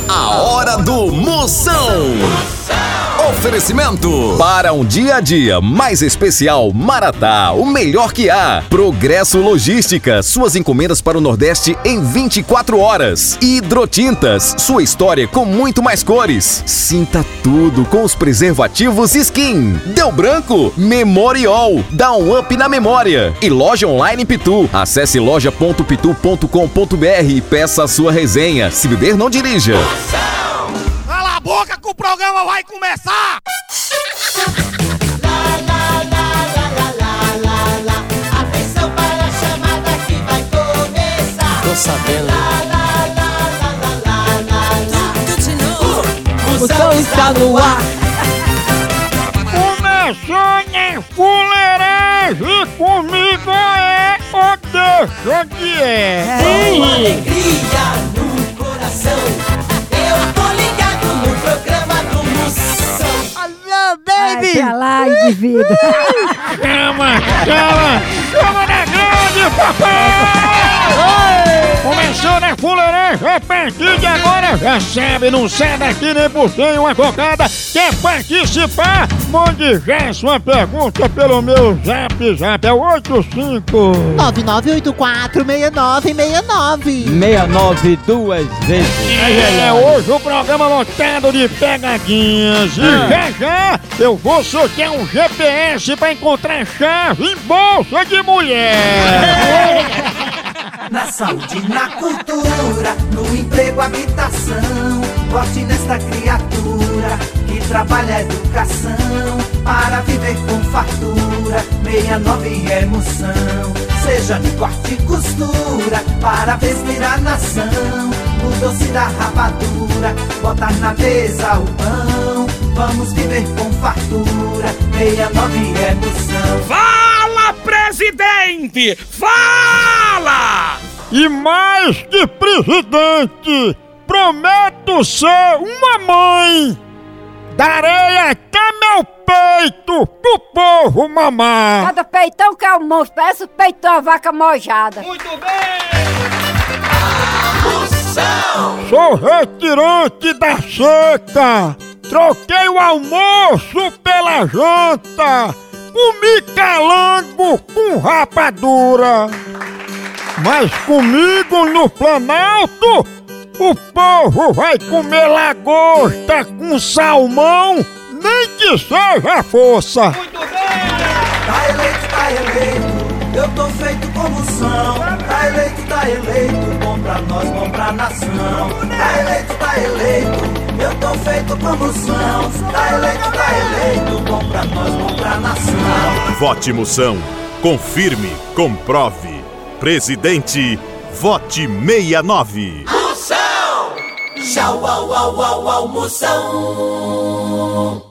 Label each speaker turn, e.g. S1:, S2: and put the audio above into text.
S1: A hora do Moção. Oferecimento. Para um dia a dia mais especial, Maratá, o melhor que há. Progresso Logística, suas encomendas para o Nordeste em 24 horas. Hidrotintas, sua história com muito mais cores. Sinta tudo com os preservativos Skin. Deu branco? Memorial, dá um up na memória. E loja online Pitu. Acesse loja.pitu.com.br e peça a sua resenha. Se beber, não dirija.
S2: Cala a boca que o programa vai começar!
S3: Atenção para a chamada que vai começar.
S4: Tô sabendo.
S3: O som está no ar.
S2: Começou na fuleiragem, comigo é o deixa de
S3: Com alegria no coração, eu tô ligado no programa do Moção.
S5: Alô, baby!
S6: Vai pra lá, indivíduo.
S2: Chama na grande, papai! Começou na fuleiragem, a partir de agora já sabe, não sai daqui nem por sem uma cocada. Quer participar? Mande já sua pergunta pelo meu zap, é o 85
S5: 99846969.
S4: 69 duas vezes.
S2: Hoje o programa lotado de pegadinhas. E já eu vou sortear um GPS pra encontrar chave em bolsa de mulher.
S7: Na saúde, na cultura, no emprego, habitação. Vote nesta criatura que trabalha a educação para viver com fartura. 69 é Moção. Seja de corte e costura para vestir a nação. No doce da rapadura, botar na mesa o pão. Vamos viver com fartura. 69 é Moção.
S2: Fala, presidente! Fala! E mais que presidente, prometo ser uma mãe. Darei até meu peito pro povo mamar.
S6: Cada peitão que é um monstro, parece o peitão a vaca mojada.
S2: Muito bem! Sou retirante da seca. Troquei o almoço pela janta. Comi calango com rapadura. Mas comigo no Planalto, o povo vai comer lagosta com salmão, nem que seja força. Muito bem!
S7: Tá eleito, eu tô feito com Moção. Tá eleito, bom pra nós, bom pra nação. Tá eleito, eu tô feito com Moção. Tá eleito, bom pra nós, bom pra nação.
S1: Vote Moção. Confirme, comprove. Presidente, vote 69.
S3: Moção! Tchau, au, au, au, au, Moção!